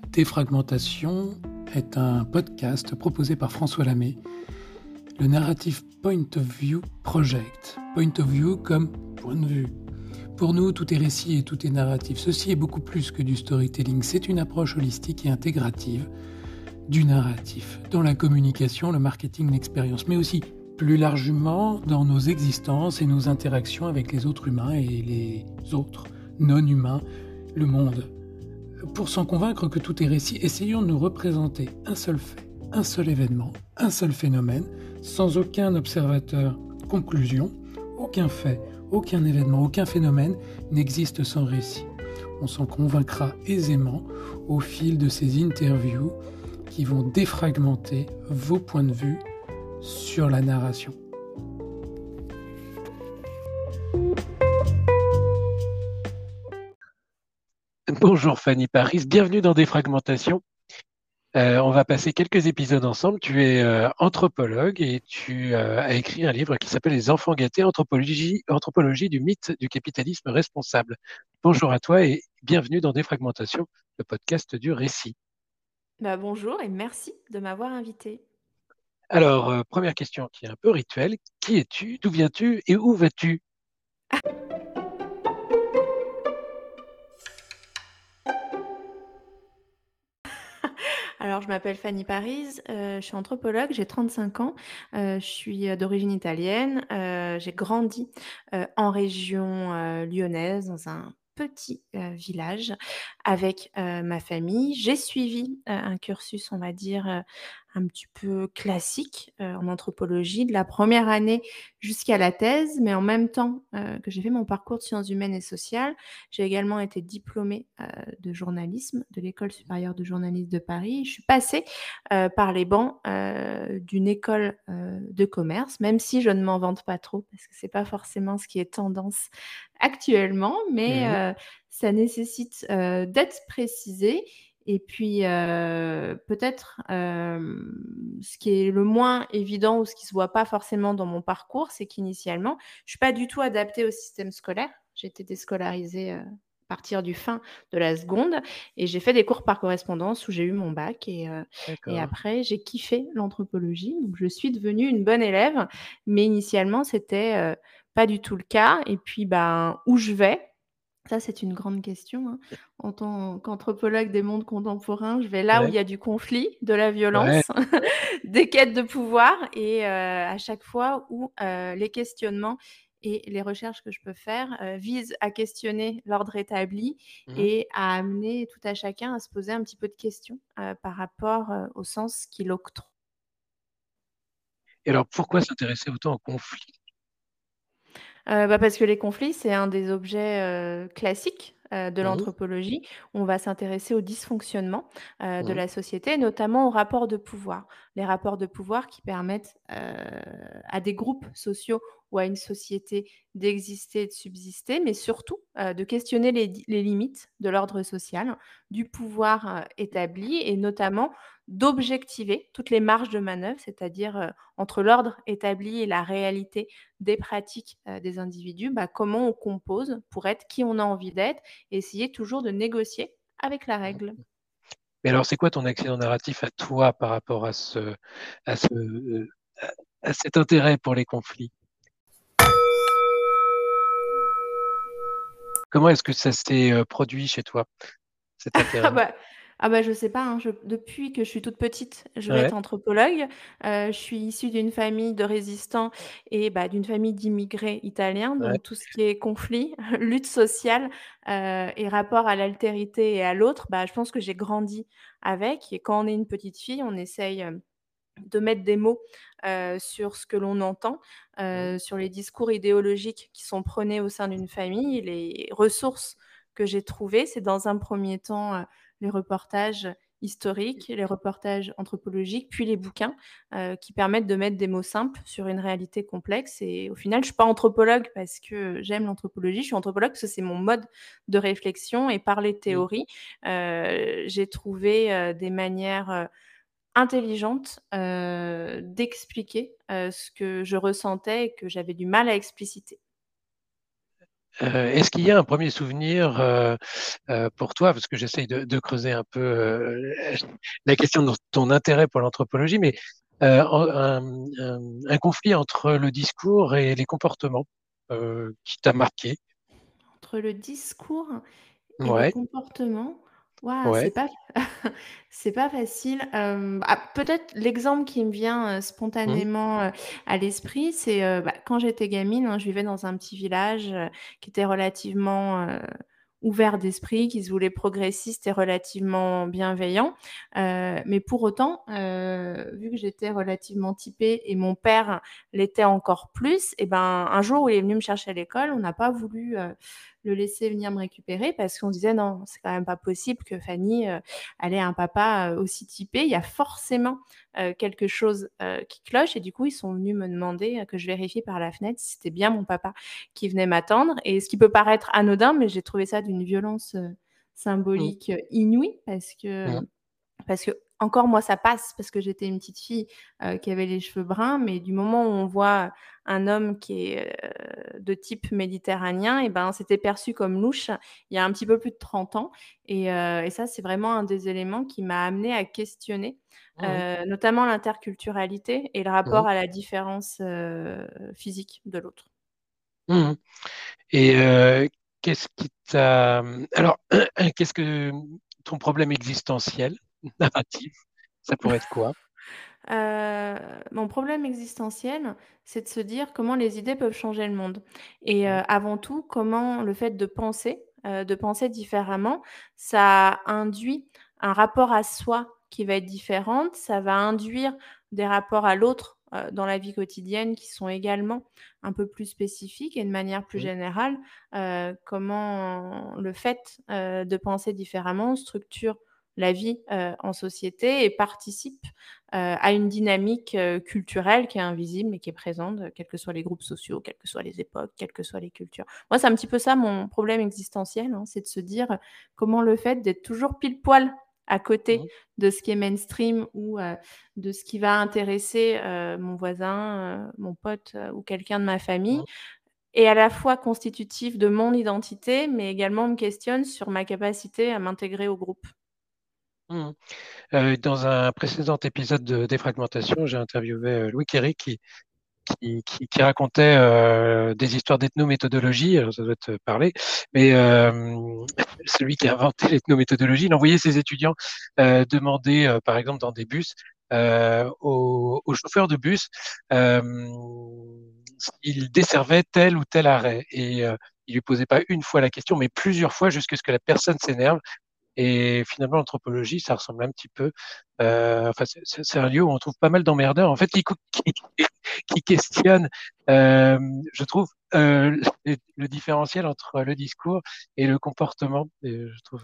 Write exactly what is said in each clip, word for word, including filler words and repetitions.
Défragmentation est un podcast proposé par François Lamé, le Narrative Point of View Project. Point of View comme point de vue. Pour nous, tout est récit et tout est narratif. Ceci est beaucoup plus que du storytelling. C'est une approche holistique et intégrative du narratif dans la communication, le marketing, l'expérience, mais aussi plus largement dans nos existences et nos interactions avec les autres humains et les autres non-humains, le monde. Pour s'en convaincre que tout est récit, essayons de nous représenter un seul fait, un seul événement, un seul phénomène, sans aucun observateur. Conclusion, aucun fait, aucun événement, aucun phénomène n'existe sans récit. On s'en convaincra aisément au fil de ces interviews qui vont défragmenter vos points de vue sur la narration. Bonjour Fanny Paris, bienvenue dans Défragmentation. Euh, on va passer quelques épisodes ensemble. Tu es euh, anthropologue et tu euh, as écrit un livre qui s'appelle Les enfants gâtés, anthropologie, anthropologie du mythe du capitalisme responsable. Bonjour à toi et bienvenue dans Défragmentation, le podcast du récit. Bah, bonjour et merci de m'avoir invité. Alors, euh, première question qui est un peu rituelle. Qui es-tu? D'où viens-tu et où vas-tu? Alors, je m'appelle Fanny Paris, euh, je suis anthropologue, j'ai trente-cinq ans, euh, je suis euh, d'origine italienne, euh, j'ai grandi euh, en région euh, lyonnaise, dans un petit euh, village avec euh, ma famille. J'ai suivi euh, un cursus, on va dire, euh, un petit peu classique euh, en anthropologie, de la première année jusqu'à la thèse, mais en même temps euh, que j'ai fait mon parcours de sciences humaines et sociales, j'ai également été diplômée euh, de journalisme de l'École supérieure de journalisme de Paris. Je suis passée euh, par les bancs euh, d'une école euh, de commerce, même si je ne m'en vante pas trop, parce que c'est pas forcément ce qui est tendance actuellement, mais Mhm. euh, ça nécessite euh, d'être précisé. Et puis, euh, peut-être euh, ce qui est le moins évident ou ce qui ne se voit pas forcément dans mon parcours, c'est qu'initialement, je ne suis pas du tout adaptée au système scolaire. J'ai été déscolarisée euh, à partir du fin de la seconde et j'ai fait des cours par correspondance où j'ai eu mon bac. Et, euh, et D'accord. après, j'ai kiffé l'anthropologie. Donc, je suis devenue une bonne élève, mais initialement, c'était euh, pas du tout le cas. Et puis, ben, où je vais? Ça, c'est une grande question, hein. En tant qu'anthropologue des mondes contemporains, je vais là où Ouais. il y a du conflit, de la Ouais. violence, des quêtes de pouvoir et euh, à chaque fois où euh, les questionnements et les recherches que je peux faire euh, visent à questionner l'ordre établi Mhm. et à amener tout à chacun à se poser un petit peu de questions euh, par rapport euh, au sens qu'il octroie. Et alors, pourquoi s'intéresser autant au conflit? Euh, bah, parce que les conflits, c'est un des objets euh, classiques euh, de Mhm. l'anthropologie. On va s'intéresser au dysfonctionnement euh, de Mhm. la société, notamment aux rapports de pouvoir. Les rapports de pouvoir qui permettent euh, à des groupes sociaux ou à une société d'exister et de subsister, mais surtout euh, de questionner les, les limites de l'ordre social, du pouvoir euh, établi et notamment d'objectiver toutes les marges de manœuvre, c'est-à-dire euh, entre l'ordre établi et la réalité des pratiques euh, des individus, bah, comment on compose pour être qui on a envie d'être et essayer toujours de négocier avec la règle. Mais alors, c'est quoi ton accident narratif à toi par rapport à ce, à ce, euh, à à cet intérêt pour les conflits? Comment est-ce que ça s'est euh, produit chez toi, cet Ah intérêt? bah, ah bah je sais pas, hein, je- depuis que je suis toute petite, je veux Ouais, être anthropologue. Euh, je suis issue d'une famille de résistants et bah, d'une famille d'immigrés italiens, ouais. donc tout ce qui est conflit, lutte sociale euh, et rapport à l'altérité et à l'autre, bah, je pense que j'ai grandi avec. Et quand on est une petite fille, on essaye euh, de mettre des mots euh, sur ce que l'on entend, Mhm. euh, sur les discours idéologiques qui sont prônés au sein d'une famille. Les ressources que j'ai trouvées, c'est dans un premier temps euh, les reportages historiques, les reportages anthropologiques, puis les bouquins euh, qui permettent de mettre des mots simples sur une réalité complexe. Et au final, je ne suis pas anthropologue parce que j'aime l'anthropologie, je suis anthropologue parce que c'est mon mode de réflexion et par les Mhm. théories, euh, j'ai trouvé euh, des manières euh, intelligente euh, d'expliquer euh, ce que je ressentais et que j'avais du mal à expliciter. Euh, est-ce qu'il y a un premier souvenir euh, euh, pour toi, parce que j'essaye de, de creuser un peu euh, la question de ton intérêt pour l'anthropologie, mais euh, un, un- un conflit entre le discours et les comportements euh, qui t'a marqué? Entre le discours et les Ouais, comportements, waouh, ouais. c'est pas c'est pas facile. Hem, ah, peut-être l'exemple qui me vient, heu, Mmh, spontanément, heu, à l'esprit, c'est, heu, bah, quand j'étais gamine, hein, je vivais dans un petit village, heu, qui était relativement, heu, ouvert d'esprit, qui se voulait progressiste et relativement bienveillant. Heu, mais pour autant, heu, vu que j'étais relativement typée et mon père l'était encore plus, et ben, un jour où il est venu me chercher à l'école, on n'a pas voulu, heu, le laisser venir me récupérer parce qu'on disait: «Non, c'est quand même pas possible que Fanny, heu, elle ait un papa, heu, aussi typé. Il y a forcément, heu, quelque chose, heu, qui cloche», et du coup, ils sont venus me demander, heu, que je vérifie par la fenêtre si c'était bien mon papa qui venait m'attendre, et ce qui peut paraître anodin, mais j'ai trouvé ça d'une violence, heu, mmh, symbolique, heu, inouïe parce que mmh, parce que encore moi ça passe parce que j'étais une petite fille, heu, qui avait les cheveux bruns, mais du moment où on voit un homme qui est, heu, de type méditerranéen, et ben, c'était perçu comme louche il y a un petit peu plus de trente ans, et heu et ça, c'est vraiment un des éléments qui m'a amenée à questionner, mmh, heu, notamment l'interculturalité et le mmh, rapport à la différence, heu, physique de l'autre. mmh. Et euh, qu'est-ce qui t'a... Alors, qu'est-ce que ton problème existentiel, narratif, ça pourrait être quoi? Heu, mon problème existentiel, c'est de se dire comment les idées peuvent changer le monde, et Mmh, heu, avant tout, comment le fait de penser, heu, de penser différemment, ça induit un rapport à soi qui va être différente. Ça va induire des rapports à l'autre, heu, dans la vie quotidienne qui sont également un peu plus spécifiques, et de manière plus mmh, générale, heu, comment le fait, heu, de penser différemment structure la vie, heu, en société et participe heu, à une dynamique, heu, culturelle qui est invisible mais qui est présente, heu, quels que soient les groupes sociaux, quelles que soient les époques, quelles que soient les cultures. Moi, c'est un petit peu ça mon problème existentiel, hein, c'est de se dire, heu, comment le fait d'être toujours pile poil à mmh, côté de ce qui est mainstream ou, heu, de ce qui va intéresser, heu, mon voisin, heu, mon pote, heu, ou quelqu'un de ma famille, mmh, est à la fois constitutif de mon identité, mais également me questionne sur ma capacité à m'intégrer au groupe. mmh. Euh, dans un précédent épisode de Défragmentation, j'ai interviewé euh, Louis Kéry qui, qui, qui, qui racontait euh, des histoires d'ethnométhodologie. Alors, ça doit te parler, mais euh, celui qui a inventé l'ethnométhodologie, il envoyait ses étudiants euh, demander, euh, par exemple, dans des bus, euh, aux, aux chauffeurs de bus, euh, il desservait tel ou tel arrêt. Et euh, il lui posait pas une fois la question, mais plusieurs fois jusqu'à ce que la personne s'énerve. Et finalement, l'anthropologie, ça ressemble un petit peu. Euh, enfin, c'est c'est- c'est un lieu où on trouve pas mal d'emmerdeurs, en fait, qui, cou- qui, qui questionnent, euh, je trouve, euh, le, le différentiel entre le discours et le comportement, et je trouve,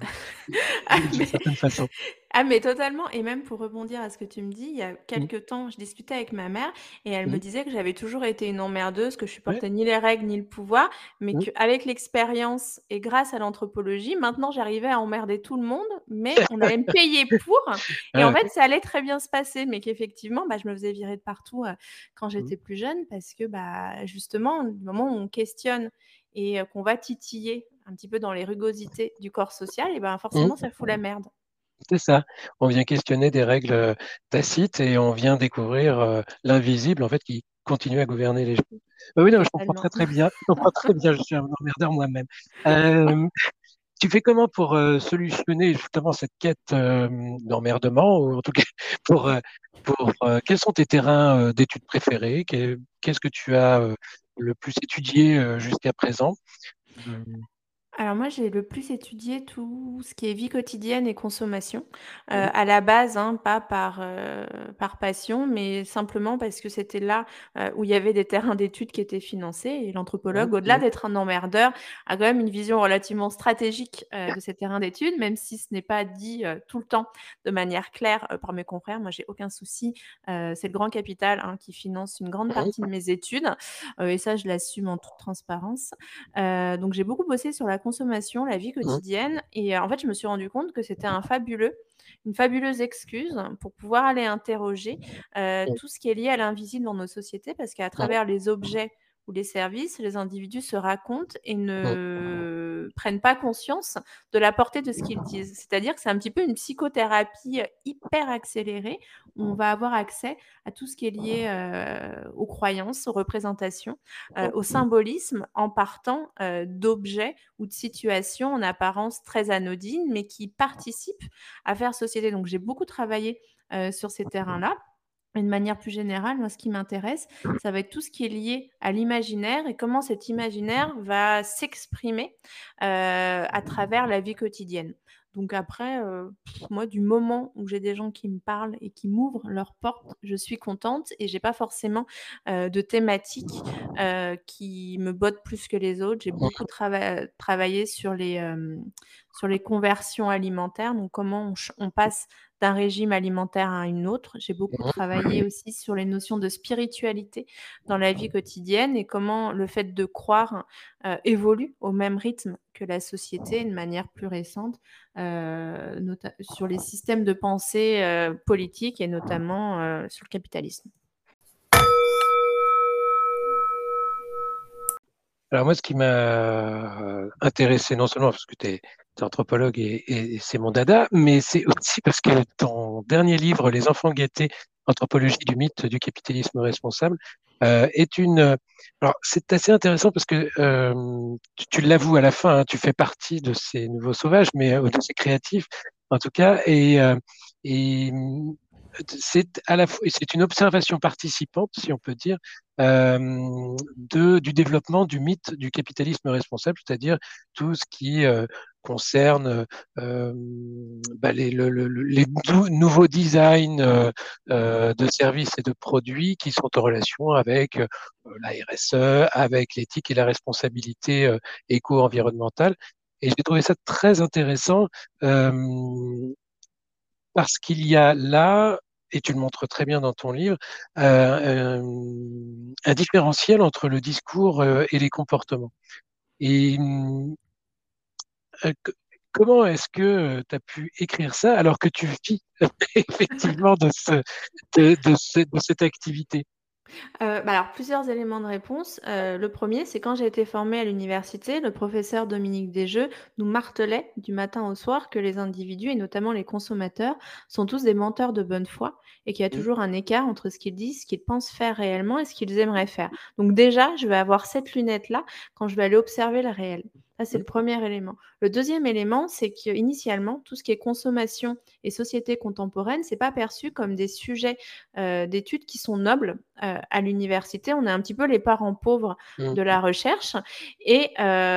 Ah d'une mais certaine façon. ah mais totalement, et même pour rebondir à ce que tu me dis, il y a Mm, quelque temps, je discutais avec ma mère et elle me mm, disait que j'avais toujours été une emmerdeuse, que je ouais, supportais ni les règles ni le pouvoir, mais mm, qu'avec l'expérience et grâce à l'anthropologie, maintenant j'arrivais à emmerder tout le monde, mais on allait me payer pour, et en ouais, fait ça allait très bien se passer, mais qu'effectivement, bah, je me faisais virer de partout, heu, quand mm, j'étais plus jeune parce que, bah, justement, du moment où on questionne et heu, qu'on va titiller un petit peu dans les rugosités du corps social, et ben, forcément mm. ça fout la merde. C'est ça. On vient questionner des règles euh, tacites et on vient découvrir euh, l'invisible, en fait, qui continue à gouverner les gens. Bah oui, non, je comprends très Totalement. très bien. Je comprends très bien. Je suis un emmerdeur moi-même. Euh, Tu fais comment pour euh, solutionner justement cette quête euh, d'emmerdement, ou en tout cas pour, euh, pour euh, quels sont tes terrains euh, d'études préférés? Qu'est- Qu'est-ce que tu as euh, le plus étudié euh, jusqu'à présent? Euh, Alors moi, j'ai le plus étudié tout ce qui est vie quotidienne et consommation, heu, mm, à la base, hein, pas par, heu, par passion, mais simplement parce que c'était là, heu, où il y avait des terrains d'études qui étaient financés, et mm, l'anthropologue, au-delà mm, d'être un emmerdeur, a quand même une vision relativement stratégique, heu, de ces terrains d'études, même si ce n'est pas dit, heu, tout le temps de manière claire, heu, par mes confrères. Moi, j'ai aucun souci, heu, c'est le grand capital, hein, qui finance une grande mm, partie de mes études, heu, et ça, je l'assume en toute transparence. Heu, donc j'ai beaucoup bossé sur la consommation, la vie mm, quotidienne, et heu, en fait, je me suis rendu compte que c'était un fabuleux une fabuleuse excuse pour pouvoir aller interroger, heu, mm, tout ce qui est lié à l'invisible dans nos sociétés, parce qu'à mm, travers les objets ou les services, les individus se racontent et ne prennent pas conscience de la portée de ce qu'ils disent. C'est-à-dire que c'est un petit peu une psychothérapie hyper accélérée où on va avoir accès à tout ce qui est lié euh, aux croyances, aux représentations, euh, au symbolisme en partant euh, d'objets ou de situations en apparence très anodines, mais qui participent à faire société. Donc j'ai beaucoup travaillé euh, sur ces terrains-là. Et de manière plus générale, moi, ce qui m'intéresse, ça va être tout ce qui est lié à l'imaginaire et comment cet imaginaire va s'exprimer euh, à travers la vie quotidienne. Donc après, euh, pff, moi, du moment où j'ai des gens qui me parlent et qui m'ouvrent leurs portes, je suis contente et j'ai pas forcément euh, de thématique euh, qui me botte plus que les autres. J'ai beaucoup trava- travaillé sur les, euh, sur les conversions alimentaires, donc comment on, ch- on passe d'un régime alimentaire à une autre. J'ai beaucoup travaillé aussi sur les notions de spiritualité dans la vie quotidienne et comment le fait de croire euh, évolue au même rythme que la société de manière plus récente euh, nota- sur les systèmes de pensée euh, politiques et notamment euh, sur le capitalisme. Alors moi, ce qui m'a euh, intéressé, non seulement parce que tu es, anthropologue et, et- et c'est mon dada, mais c'est aussi parce que ton dernier livre, Les enfants gâtés, Anthropologie du mythe du capitalisme responsable, euh, est une... Alors c'est assez intéressant parce que euh, tu, tu l'avoues à la fin, hein, tu fais partie de ces nouveaux sauvages, mais euh, de ces créatifs en tout cas, et, euh, et c'est à la fois, et c'est une observation participante, si on peut dire, euh, de, du développement du mythe du capitalisme responsable, c'est-à-dire tout ce qui euh, concerne euh, bah, les, le, le, les nou- nouveaux designs euh, euh, de services et de produits qui sont en relation avec euh, la R S E, avec l'éthique et la responsabilité euh, éco-environnementale. Et j'ai trouvé ça très intéressant euh, parce qu'il y a là, et tu le montres très bien dans ton livre, euh, euh, un différentiel entre le discours euh, et les comportements. Et euh, c- comment est-ce que tu as pu écrire ça alors que tu vis effectivement de, ce, de, de, ce- de cette activité? Euh, bah alors, plusieurs éléments de réponse. Euh, le premier, c'est quand j'ai été formée à l'université, le professeur Dominique Desjeux nous martelait du matin au soir que les individus, et notamment les consommateurs, sont tous des menteurs de bonne foi et qu'il y a Mmh, toujours un écart entre ce qu'ils disent, ce qu'ils pensent faire réellement et ce qu'ils aimeraient faire. Donc déjà, je vais avoir cette lunette-là quand je vais aller observer le réel. Ça, c'est mmh, le premier élément. Le deuxième élément, c'est qu'initialement, tout ce qui est consommation et société contemporaine, c'est pas perçu comme des sujets euh, d'études qui sont nobles euh, à l'université. On est un petit peu les parents pauvres mmh, de la recherche et,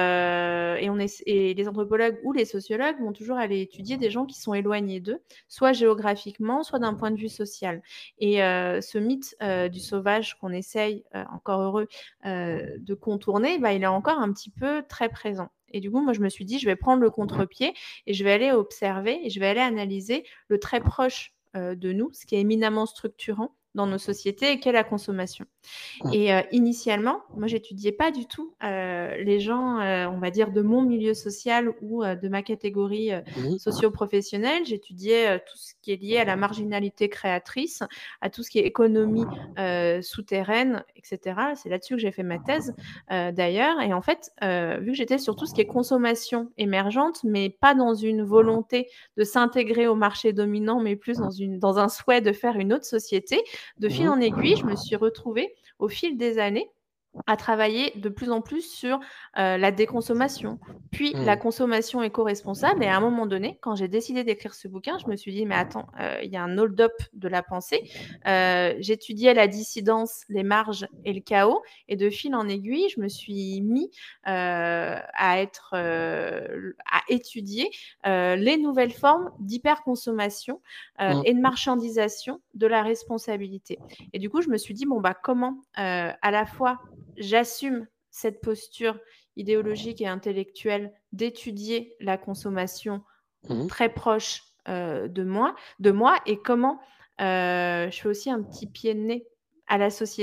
euh, et, on est, et les anthropologues ou les sociologues vont toujours aller étudier des gens qui sont éloignés d'eux, soit géographiquement, soit d'un point de vue social. Et euh, ce mythe euh, du sauvage qu'on essaye, euh, encore heureux, euh, de contourner, bah, il est encore un petit peu très présent. Et du coup, moi, je me suis dit, je vais prendre le contre-pied et je vais aller observer et je vais aller analyser le très proche euh, de nous, ce qui est éminemment structurant dans nos sociétés et qu'est la consommation. mmh, Et euh, initialement, moi, j'étudiais pas du tout euh, les gens, euh, on va dire, de mon milieu social ou euh, de ma catégorie euh, mmh, socio-professionnelle. J'étudiais euh, tout ce qui est lié à la marginalité créatrice, à tout ce qui est économie euh, souterraine, et cetera. C'est là-dessus que j'ai fait ma thèse, euh, d'ailleurs. Et en fait, euh, vu que j'étais sur tout ce qui est consommation émergente, mais pas dans une volonté de s'intégrer au marché dominant, mais plus dans, une, dans un souhait de faire une autre société, de fil mmh, en aiguille, je me suis retrouvée au fil des années à travailler de plus en plus sur euh, la déconsommation, puis la mmh, consommation éco-responsable. Et à un moment donné, quand j'ai décidé d'écrire ce bouquin, je me suis dit, mais attends, euh, il y a un hold-up de la pensée. Euh, J'étudiais la dissidence, les marges et le chaos. Et de fil en aiguille, je me suis mis euh, à, être, euh, à étudier euh, les nouvelles formes d'hyperconsommation euh, mmh, et de marchandisation de la responsabilité. Et du coup, je me suis dit, bon, bah, comment euh, à la fois j'assume cette posture idéologique et intellectuelle d'étudier la consommation mmh, très proche euh, de moi, de moi, et comment euh, je fais aussi un petit pied de nez à la société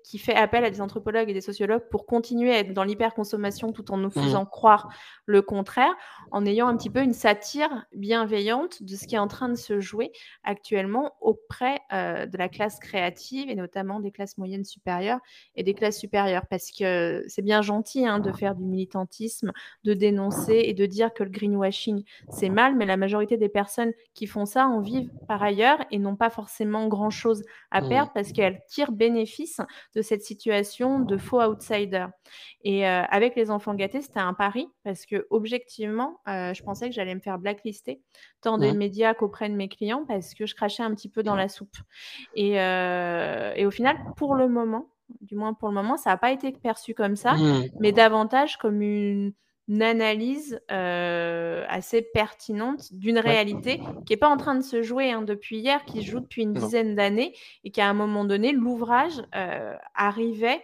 qui fait appel à des anthropologues et des sociologues pour continuer à être dans l'hyperconsommation tout en nous faisant mmh. croire le contraire, en ayant un petit peu une satire bienveillante de ce qui est en train de se jouer actuellement auprès euh, de la classe créative et notamment des classes moyennes supérieures et des classes supérieures. Parce que c'est bien gentil hein, de faire du militantisme, de dénoncer et de dire que le greenwashing, c'est mal, mais la majorité des personnes qui font ça en vivent par ailleurs et n'ont pas forcément grand-chose à perdre parce qu'elles tirent bénéfice de cette situation de faux outsider. Et euh, avec les enfants gâtés, c'était un pari parce que objectivement, euh, je pensais que j'allais me faire blacklister tant des médias qu'auprès de mes clients parce que je crachais un petit peu dans la soupe. Et, euh, et au final, pour le moment, du moins pour le moment, ça n'a pas été perçu comme ça, mmh. mais davantage comme une une analyse euh, assez pertinente d'une réalité ouais. qui n'est pas en train de se jouer hein, depuis hier, qui se joue depuis une non. dizaine d'années et qu'à un moment donné, l'ouvrage euh, arrivait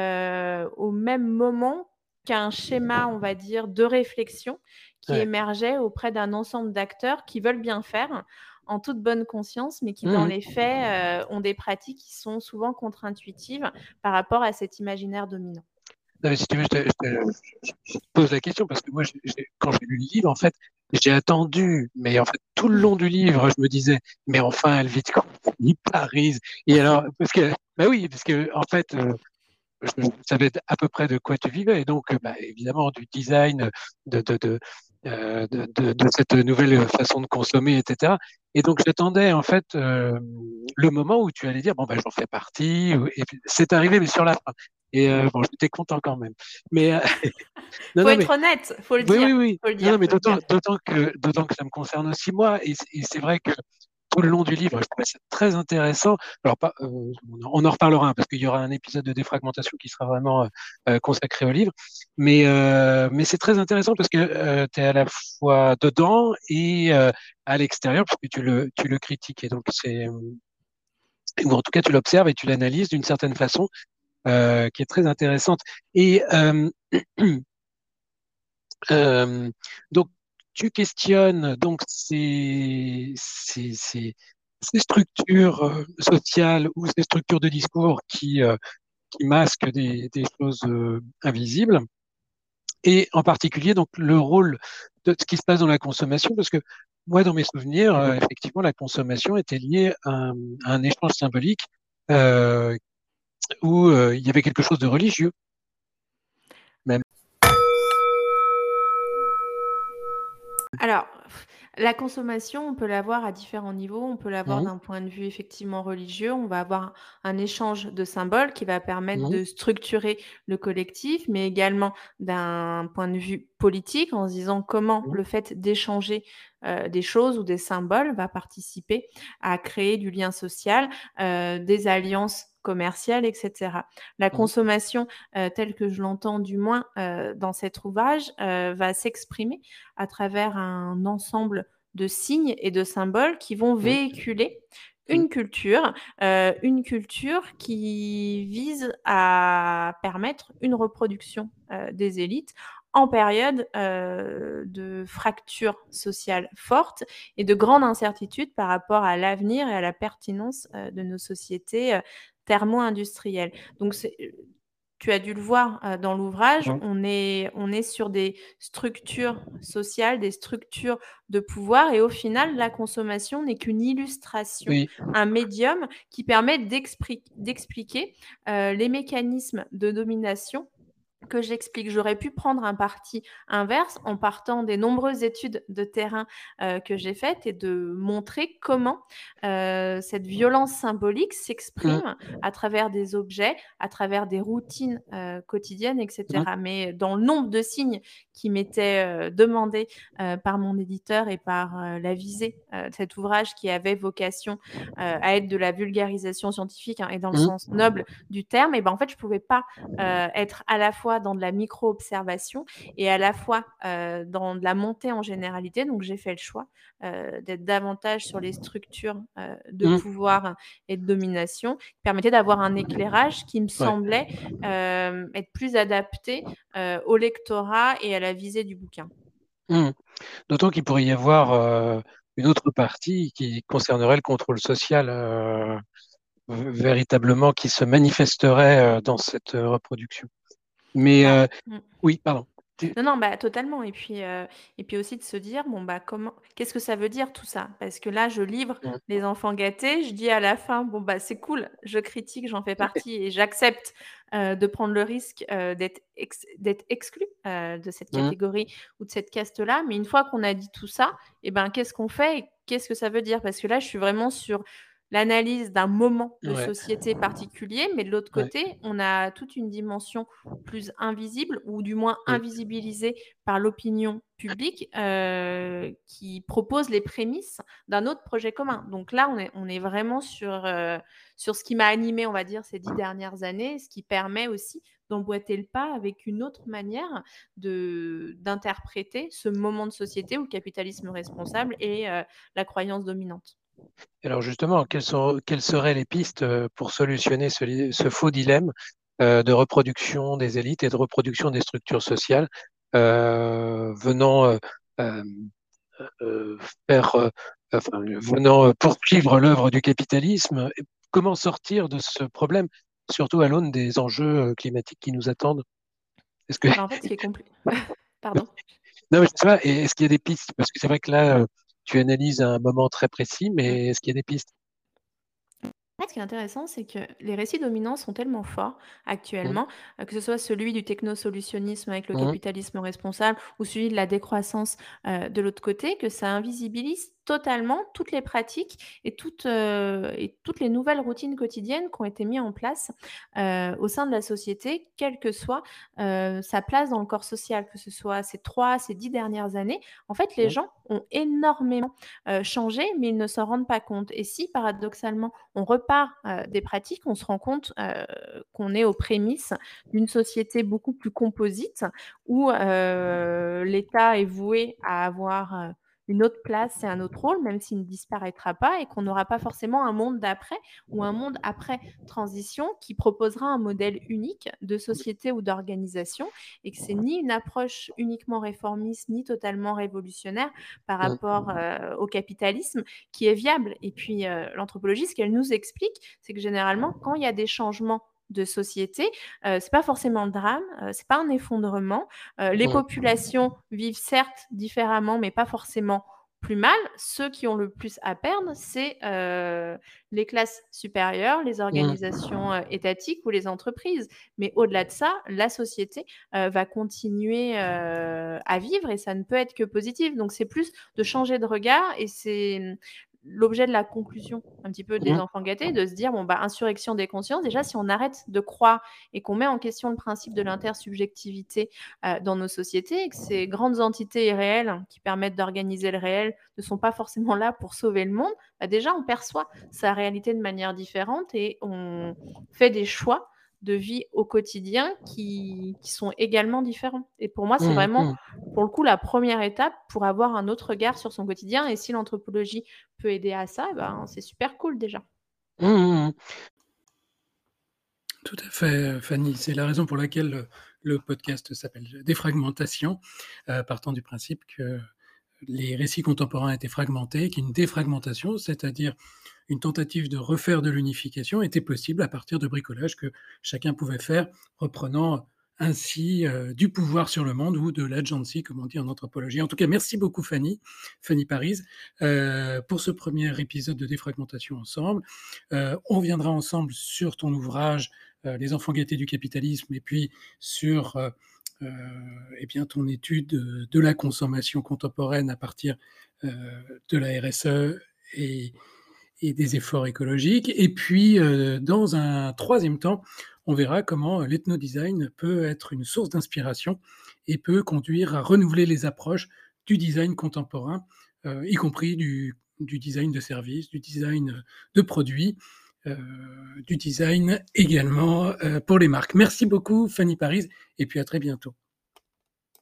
euh, au même moment qu'un schéma, on va dire, de réflexion qui ouais. émergeait auprès d'un ensemble d'acteurs qui veulent bien faire en toute bonne conscience, mais qui, mmh. dans les faits, euh, ont des pratiques qui sont souvent contre-intuitives par rapport à cet imaginaire dominant. Non, mais si tu veux, je te, je, te, je te pose la question parce que moi, j'ai, j'ai, quand j'ai lu le livre, en fait, j'ai attendu, mais en fait, tout le long du livre, je me disais, mais enfin, elle vit de quoi, Paris. Et alors, parce que, bah oui, parce que, en fait, euh, je savais à peu près de quoi tu vivais, et donc, bah, évidemment, du design, de, de, de, euh, de, de, de cette nouvelle façon de consommer, et cetera. Et donc, j'attendais, en fait, euh, le moment où tu allais dire, bon, ben, bah, j'en fais partie, et puis, c'est arrivé, mais sur la fin. Et euh, bon, j'étais content quand même. Mais euh, non, faut non, être mais, honnête, faut le oui, dire. Oui, oui, faut le dire, non, non, mais d'autant, d'autant que, d'autant que ça me concerne aussi moi, et, et c'est vrai que tout le long du livre, je trouvais ça très intéressant. Alors, pas, euh, on en reparlera hein, parce qu'il y aura un épisode de défragmentation qui sera vraiment euh, consacré au livre. Mais, euh, mais c'est très intéressant parce que euh, tu es à la fois dedans et euh, à l'extérieur, parce que tu le, tu le critiques. Et donc, c'est, ou en tout cas, tu l'observes et tu l'analyses d'une certaine façon. Euh, qui est très intéressante. Et euh, euh, donc, tu questionnes donc ces, ces, ces, ces structures euh, sociales ou ces structures de discours qui, euh, qui masquent des, des choses euh, invisibles, et en particulier donc le rôle de ce qui se passe dans la consommation, parce que moi, dans mes souvenirs, euh, effectivement, la consommation était liée à un, à un échange symbolique euh, où euh, il y avait quelque chose de religieux. Même. Alors, la consommation, on peut l'avoir à différents niveaux. On peut l'avoir Mmh. d'un point de vue effectivement religieux. On va avoir un échange de symboles qui va permettre mmh. de structurer le collectif, mais également d'un point de vue politique, en se disant comment mmh. le fait d'échanger euh, des choses ou des symboles va participer à créer du lien social, euh, des alliances commerciale, et cetera. La consommation, euh, telle que je l'entends du moins euh, dans cet ouvrage, euh, va s'exprimer à travers un ensemble de signes et de symboles qui vont véhiculer une culture, euh, une culture qui vise à permettre une reproduction euh, des élites en période euh, de fracture sociale forte et de grande incertitude par rapport à l'avenir et à la pertinence euh, de nos sociétés euh, thermo-industrielle. Donc, c'est, tu as dû le voir euh, dans l'ouvrage, mmh. on, est, on est sur des structures sociales, des structures de pouvoir, et au final, la consommation n'est qu'une illustration, oui. un médium qui permet d'expliquer euh, les mécanismes de domination que j'explique. J'aurais pu prendre un parti inverse en partant des nombreuses études de terrain euh, que j'ai faites et de montrer comment euh, cette violence symbolique s'exprime mmh. à travers des objets, à travers des routines euh, quotidiennes, et cetera. Mmh. Mais dans le nombre de signes qui m'étaient euh, demandés euh, par mon éditeur et par euh, la visée euh, de cet ouvrage qui avait vocation euh, à être de la vulgarisation scientifique hein, et dans le mmh. sens noble du terme, et ben en fait, je ne pouvais pas euh, être à la fois dans de la micro-observation et à la fois euh, dans de la montée en généralité. Donc, j'ai fait le choix euh, d'être davantage sur les structures euh, de mmh. pouvoir et de domination, qui permettait d'avoir un éclairage qui me semblait ouais. euh, être plus adapté euh, au lectorat et à la visée du bouquin. Mmh. D'autant qu'il pourrait y avoir euh, une autre partie qui concernerait le contrôle social. Euh véritablement qui se manifesterait euh, dans cette euh, reproduction. Mais Bah, euh, mmh. oui, pardon. Tu- Non, non, bah, totalement et puis, heu et puis aussi de se dire: «Bon, bah, comment qu'est-ce que ça veut dire tout ça?» parce que là, je livre Mm, Les Enfants Gâtés, je dis à la fin: «Bon, bah, c'est cool, je critique, j'en fais partie et j'accepte, heu, de prendre le risque, heu, d'être ex d'être exclue, heu, de cette mm, catégorie ou de cette caste-là». Mais une fois qu'on a dit tout ça et ben, qu'est-ce qu'on fait et qu'est-ce que ça veut dire? Parce que là, je suis vraiment sur l'analyse d'un moment de ouais, société particulier, mais de l'autre ouais, côté, on a toute une dimension plus invisible ou du moins mm, invisibilisée par l'opinion publique, heu, qui propose les prémices d'un autre projet commun. Donc là, on est on est vraiment sur, heu, sur ce qui m'a animée, on va dire, ces dix dernières années, ce qui permet aussi d'emboîter le pas avec une autre manière de d'interpréter ce moment de société où le capitalisme responsable est, heu, la croyance dominante. Alors justement, quelles sont, quelles seraient les pistes euh, pour solutionner ce, li- ce faux dilemme euh, de reproduction des élites et de reproduction des structures sociales euh, venant euh, euh, euh, faire, euh, enfin, venant euh, poursuivre l'œuvre du capitalisme? Et comment sortir de ce problème, surtout à l'aune des enjeux euh, climatiques qui nous attendent? Est-ce que Bah, en fait, ce qui est compli pardon? non, mais je sais pas, et est-ce qu'il y a des pistes? Parce que c'est vrai que là, euh, tu analyses un moment très précis, Mmh. mais est-ce qu'il y a des pistes? En fait, ce qui est intéressant, c'est que les récits dominants sont tellement forts Mmh, actuellement, heu, que ce soit celui du technosolutionnisme avec le mmh, capitalisme responsable ou celui de la décroissance, heu, de l'autre côté, que ça invisibilise totalement toutes les pratiques et toutes, heu et toutes les nouvelles routines quotidiennes qui ont été mis en place, heu, au sein de la société, quelle que soit, heu, sa place dans le corps social, que ce soit ces trois, ces dix dernières années. En fait, les mmh, gens ont énormément, heu, changé, mais ils ne s'en rendent pas compte et si paradoxalement on repart euh, des pratiques, on se rend compte euh, qu'on est aux prémices d'une société beaucoup plus composite où euh, l'État est voué à avoir euh, une autre place et un autre rôle, même s'il ne disparaîtra pas, et qu'on n'aura pas forcément un monde d'après ou un monde après transition qui proposera un modèle unique de société ou d'organisation, et que c'est ni une approche uniquement réformiste ni totalement révolutionnaire par mmh, rapport euh, au capitalisme, qui est viable. Et puis, euh, l'anthropologie, ce qu'elle nous explique, c'est que généralement, quand il y a des changements de société, euh, c'est pas forcément le drame, euh, c'est pas un effondrement. Euh, les mmh, populations vivent certes différemment, mais pas forcément plus mal. Ceux qui ont le plus à perdre, c'est euh, les classes supérieures, les mmh, organisations euh, étatiques ou les entreprises. Mais au-delà de ça, la société euh, va continuer euh, à vivre et ça ne peut être que positif. Donc c'est plus de changer de regard et c'est mmh, l'objet de la conclusion un petit peu des mmh, enfants gâtés, de se dire bon bah insurrection des consciences, déjà si on arrête de croire et qu'on met en question le principe de l'intersubjectivité euh, dans nos sociétés et que ces grandes entités irréelles qui permettent d'organiser le réel ne sont pas forcément là pour sauver le monde, bah déjà on perçoit sa réalité de manière différente et on fait des choix de vie au quotidien qui, qui sont également différents. Et pour moi, c'est mmh, vraiment mmh, pour le coup, la première étape pour avoir un autre regard sur son quotidien. Et si l'anthropologie peut aider à ça, ben, c'est super cool déjà. mmh, mmh. Tout à fait, Fanny. C'est la raison pour laquelle le, le podcast s'appelle Défragmentation, euh, partant du principe que les récits contemporains étaient fragmentés, qu'une défragmentation, c'est-à-dire une tentative de refaire de l'unification, était possible à partir de bricolage que chacun pouvait faire, reprenant ainsi euh, du pouvoir sur le monde ou de l'agency, comme on dit en anthropologie. En tout cas, merci beaucoup Fanny, Fanny Paris, euh, pour ce premier épisode de Défragmentation ensemble. Euh, on viendra ensemble sur ton ouvrage euh, Les enfants gâtés du capitalisme et puis sur euh, euh, eh bien, ton étude de, de la consommation contemporaine à partir euh, de la R S E et, et des efforts écologiques. Et puis, euh, dans un troisième temps, on verra comment l'ethnodesign peut être une source d'inspiration et peut conduire à renouveler les approches du design contemporain, euh, y compris du, du design de services, du design de produits, euh, du design également euh, pour les marques. Merci beaucoup, Fanny Paris, et puis à très bientôt.